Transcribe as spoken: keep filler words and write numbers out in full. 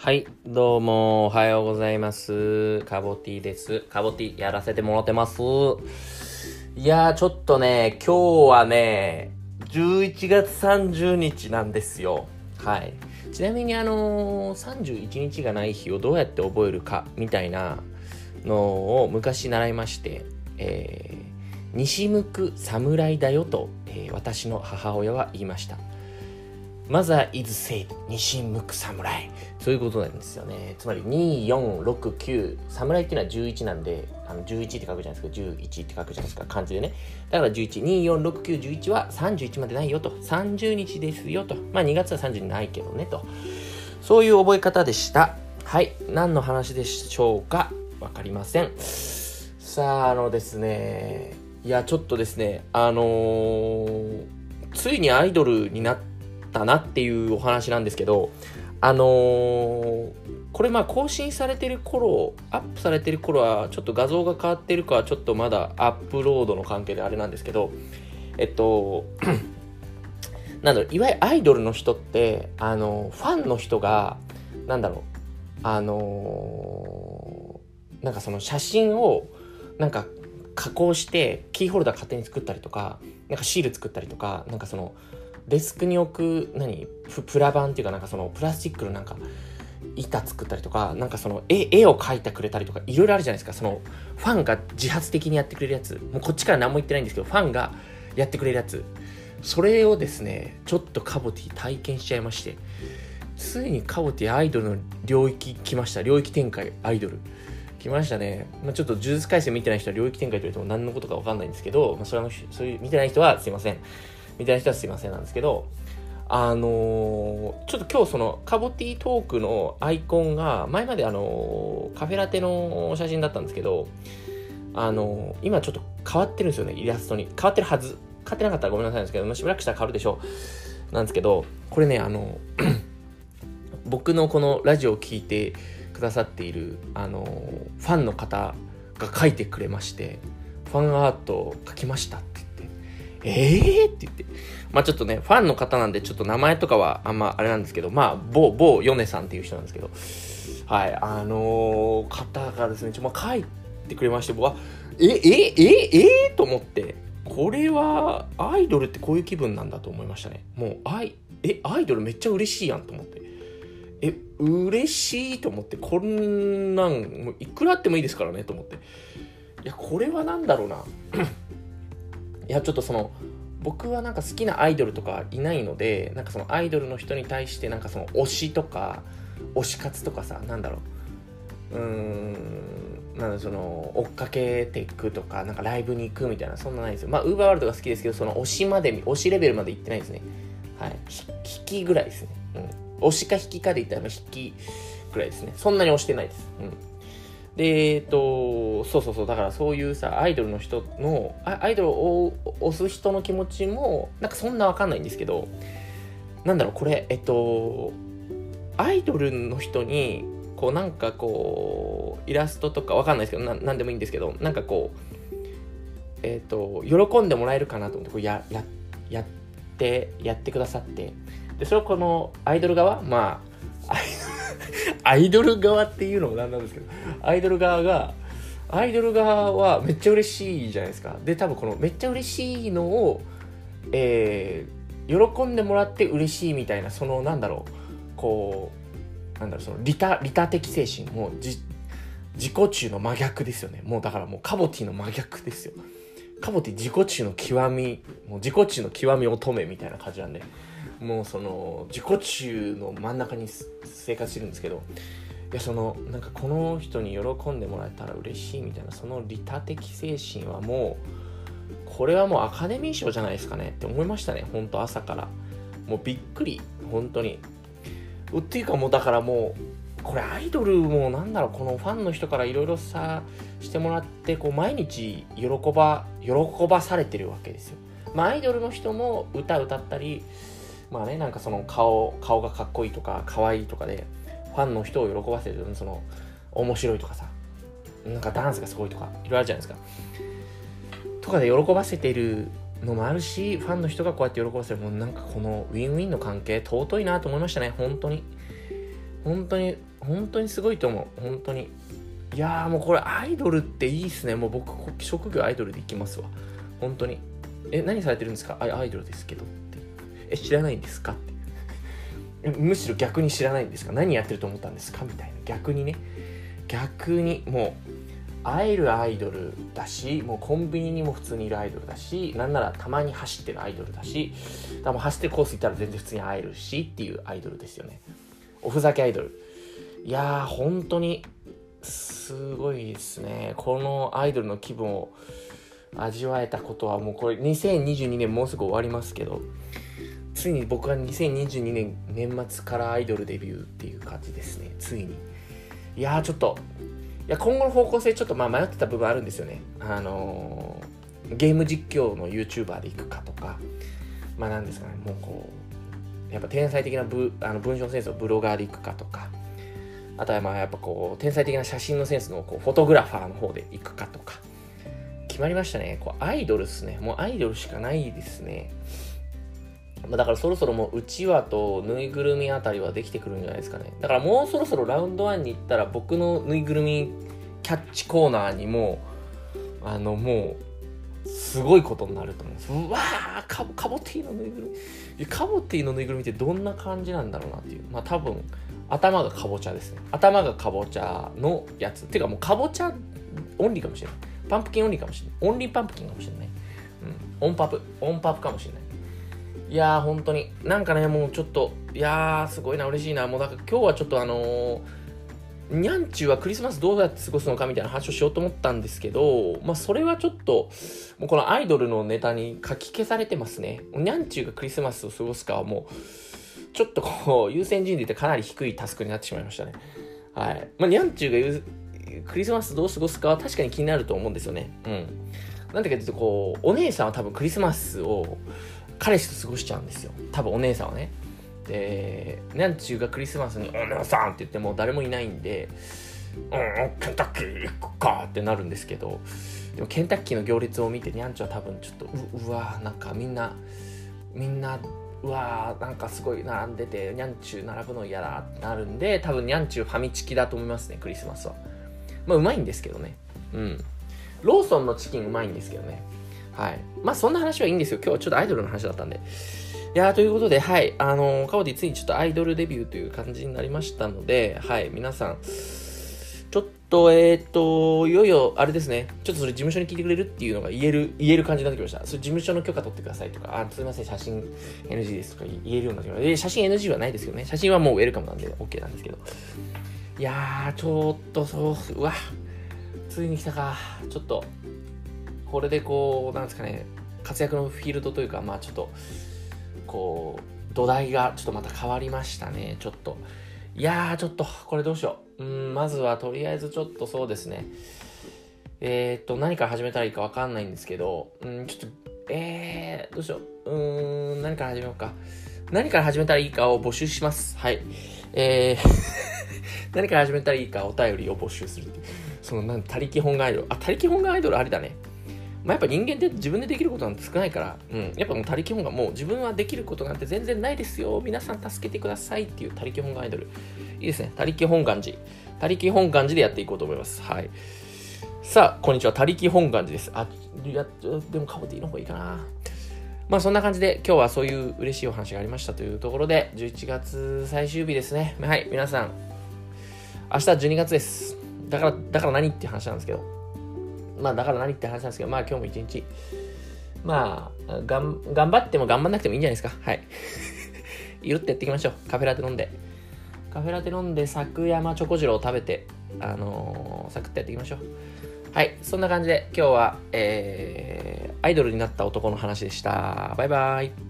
はい、どうもおはようございます。カボティです。カボティやらせてもらってます。いやーちょっとね、今日はね、じゅういちがつさんじゅうにちなんですよ。はい。ちなみにあのー、さんじゅういちにちがない日をどうやって覚えるかみたいなのを昔習いまして、えー、西向く侍だよと、えー、私の母親は言いました。マザーイズセイド、西向く侍。そういうことなんですよね。つまりに、よん、ろく、きゅう、侍っていうのはじゅういちなんで、あのじゅういちって書くじゃないですか。じゅういちって書くじゃないですか。漢字でね。だからじゅういち、に、よん、ろく、きゅう、じゅういちはさんじゅういちまでないよと。さんじゅうにちですよと。まあにがつはさんじゅうにないけどねと。そういう覚え方でした。はい。何の話でしょうか。わかりません。さあ、あのですね。いや、ちょっとですね。あのー、ついにアイドルになってだなっていうお話なんですけど、あのー、これまあ更新されてる頃、アップされてる頃はちょっと画像が変わってるかはちょっとまだアップロードの関係であれなんですけど、えっとなんだろう、いわゆるアイドルの人ってあのファンの人がなんだろうあのー、なんかその写真をなんか加工してキーホルダー勝手に作ったりとか、なんかシール作ったりとか、なんかそのデスクに置く何プラ板っていうかなんかそのプラスチックのなんか板作ったりとか、なんかその 絵, 絵を描いてくれたりとかいろいろあるじゃないですか。そのファンが自発的にやってくれるやつ、もうこっちから何も言ってないんですけどファンがやってくれるやつ、それをですねちょっとカボティ体験しちゃいまして、ついにカボティアイドルの領域来ました。領域展開アイドル来ましたね。まあ、ちょっと呪術廻戦見てない人は領域展開と言っても何のことか分かんないんですけど、まあ、それはそういう見てない人はすいませんみたいな人はすいませんなんですけど、あのー、ちょっと今日そのカボティトークのアイコンが前まであのー、カフェラテの写真だったんですけど、あのー、今ちょっと変わってるんですよね。イラストに変わってるはず。変わってなかったらごめんなさいなんですけど、まあ、しばらくしたら変わるでしょうなんですけど、これねあの僕のこのラジオを聞いてくださっているあのファンの方が書いてくれまして、ファンアートを描きましたってえーって言って、まあちょっとねファンの方なんでちょっと名前とかはあんまあれなんですけど、まあ某某ヨネさんっていう人なんですけど、はいあのー、方がですねちょ、まあ、書いてくれまして、僕はええええと思って、これはアイドルってこういう気分なんだと思いましたね。もうアイえアイドルめっちゃ嬉しいやんと思って、え嬉しいと思って、こんなんもういくらあってもいいですからねと思って、いやこれはなんだろうないやちょっとその僕はなんか好きなアイドルとかいないので、なんかそのアイドルの人に対してなんかその推しとか推し活とかさ、なんだろううーんなんだその追っかけていくとか、なんかライブに行くみたいな、そんなないですよ。まあウーバーワールドが好きですけど、その推しまで推しレベルまで行ってないですね。はい、引きぐらいですね。うん、推しか引きかで言ったら引きぐらいですね。そんなに推してないです。うんで、えっと、そうそうそう、だからそういうさ、アイドルの人の、アイドルを推す人の気持ちも、なんかそんなわかんないんですけど、なんだろう、これ、えっと、アイドルの人に、こうなんかこう、イラストとかわかんないですけど、ななんでもいいんですけど、なんかこう、えっと、喜んでもらえるかなと思って、こうや、や、やって、やってくださって、で、それをこのアイドル側、まあ、アイドル側っていうのもなんなんですけど、アイドル側がアイドル側はめっちゃ嬉しいじゃないですか。で多分このめっちゃ嬉しいのを、えー、喜んでもらって嬉しいみたいな、そのなんだろうこうなんだろうその利他利他的精神、もうじ自己中の真逆ですよね。もうだからもうカボティの真逆ですよ。カボティ自己中の極み、もう自己中の極み乙女みたいな感じなんで、もうその自己中の真ん中に生活してるんですけど、いやそのなんかこの人に喜んでもらえたら嬉しいみたいな、その利他的精神はもうこれはもうアカデミー賞じゃないですかねって思いましたね。本当朝からもうびっくり、本当にっていうかもうだからもうこれアイドルもなんだろう、このファンの人からいろいろさしてもらって、こう毎日喜ば喜ばされてるわけですよ。まあアイドルの人も歌歌ったり、まあねなんかその顔顔がかっこいいとか可愛いとかでファンの人を喜ばせる、その面白いとかさ、なんかダンスがすごいとかいろいろあるじゃないですか。とかで喜ばせているのもあるし、ファンの人がこうやって喜ばせる、もうなんかこのウィンウィンの関係尊いなと思いましたね。本当に本当に本当にすごいと思う。本当に。いやーもうこれアイドルっていいっすね。もう僕職業アイドルで行きますわ。本当に。え、何されてるんですか？あ、アイドルですけどって。え、知らないんですかって。むしろ逆に知らないんですか？何やってると思ったんですかみたいな。逆にね。逆にもう会えるアイドルだし、もうコンビニにも普通にいるアイドルだし、なんならたまに走ってるアイドルだし、多分走ってるコース行ったら全然普通に会えるしっていうアイドルですよね。おふざけアイドル。いやー本当にすごいですね。このアイドルの気分を味わえたことはもうこれにせんにじゅうにねんもうすぐ終わりますけど、ついに僕はにせんにじゅうにねん年末からアイドルデビューっていう感じですね。ついに。いやーちょっといや今後の方向性ちょっとまあ迷ってた部分あるんですよね。あのー、ゲーム実況の YouTuber で行くかとか、まあなんですかね、もうこうやっぱ天才的なブあの文章センスのブロガーで行くかとか、あとはまあやっぱこう天才的な写真のセンスのこうフォトグラファーの方で行くかとか決まりましたね。こうアイドルですね。もうアイドルしかないですね。だからそろそろもううちわとぬいぐるみあたりはできてくるんじゃないですかね。だからもうそろそろラウンドワンに行ったら僕のぬいぐるみキャッチコーナーにもあのもうすごいことになると思うんです。うわーカボ、カボティのぬいぐるみ、カボティのぬいぐるみってどんな感じなんだろうなっていう。まあ多分頭がかぼちゃですね。頭がかぼちゃのやつっていうかもうかぼちゃオンリーかもしれない。パンプキンオンリーかもしれない。オンリーパンプキンかもしれない。うん、オンパプオンパプかもしれない。いやー本当になんかねもうちょっといやーすごいな、嬉しいな。もうだから今日はちょっとあのー、にゃんちゅうはクリスマスどうやって過ごすのかみたいな話をしようと思ったんですけど、まあそれはちょっともうこのアイドルのネタに書き消されてますね。にゃんちゅうがクリスマスを過ごすかはもうちょっとこう優先順位で言ってかなり低いタスクになってしまいましたね。はい。まあにゃんちゅうが言うクリスマスどう過ごすかは確かに気になると思うんですよね。うん。なんでかというとこうお姉さんは多分クリスマスを彼氏と過ごしちゃうんですよ。多分お姉さんはね。で、にゃんちゅうがクリスマスにお姉さんって言っても誰もいないんで、うん、ケンタッキー行くかってなるんですけど、でもケンタッキーの行列を見てにゃんちゅうは多分ちょっと う, うわなんかみんなみんなうわなんかすごい並んでてにゃんちゅう並ぶの嫌だってなるんで、多分にゃんちゅうファミチキだと思いますね。クリスマスはまあうまいんですけどね。うんローソンのチキンうまいんですけどね。はい。まあそんな話はいいんですよ。今日はちょっとアイドルの話だったんで。いやーということで、はい。あのー、カオディついにちょっとアイドルデビューという感じになりましたので、はい。皆さん、ちょっと、えーっと、いよいよ、あれですね。ちょっとそれ事務所に聞いてくれるっていうのが言える、言える感じになってきました。それ事務所の許可取ってくださいとか、あ、すいません、写真 エヌジー ですとか言えるようになってきました。写真 エヌジー はないですけどね。写真はもうウェルカムなんで OK なんですけど。いやー、ちょっとそう、うわ、ついに来たか。ちょっと、これでこうなんですかね、活躍のフィールドというか、まあちょっとこう土台がちょっとまた変わりましたね。ちょっといやーちょっとこれどうしよう。うーんまずはとりあえずちょっとそうですね、えー、っと何から始めたらいいかわかんないんですけど、うんちょっとえーどうしよう。うーん何から始めようか。何から始めたらいいかを募集します。はい。えー何から始めたらいいかお便りを募集するっていう。そのなん他力本願アイドル、あ他力本願アイドルありだね。まあ、やっぱ人間って自分でできることなんて少ないから、うん、やっぱもう他力本願、もう自分はできることなんて全然ないですよ、皆さん助けてくださいっていう他力本願アイドル、いいですね。他力本願寺、他力本願寺でやっていこうと思います。はい。さあこんにちは、他力本願寺です。あ、いやでもカボティの方がいいかな。まあそんな感じで今日はそういう嬉しいお話がありましたというところで、じゅういちがつ最終日ですね。はい、皆さん明日じゅうにがつです。だからだから何っていう話なんですけど、まあだから何って話なんですけど、まあ今日も一日、まあがん頑張っても頑張んなくてもいいんじゃないですか。はい。ゆるってやっていきましょう。カフェラテ飲んで。カフェラテ飲んで、作山チョコジロを食べて、あのー、サクッとやっていきましょう。はい。そんな感じで今日は、えー、アイドルになった男の話でした。バイバイ。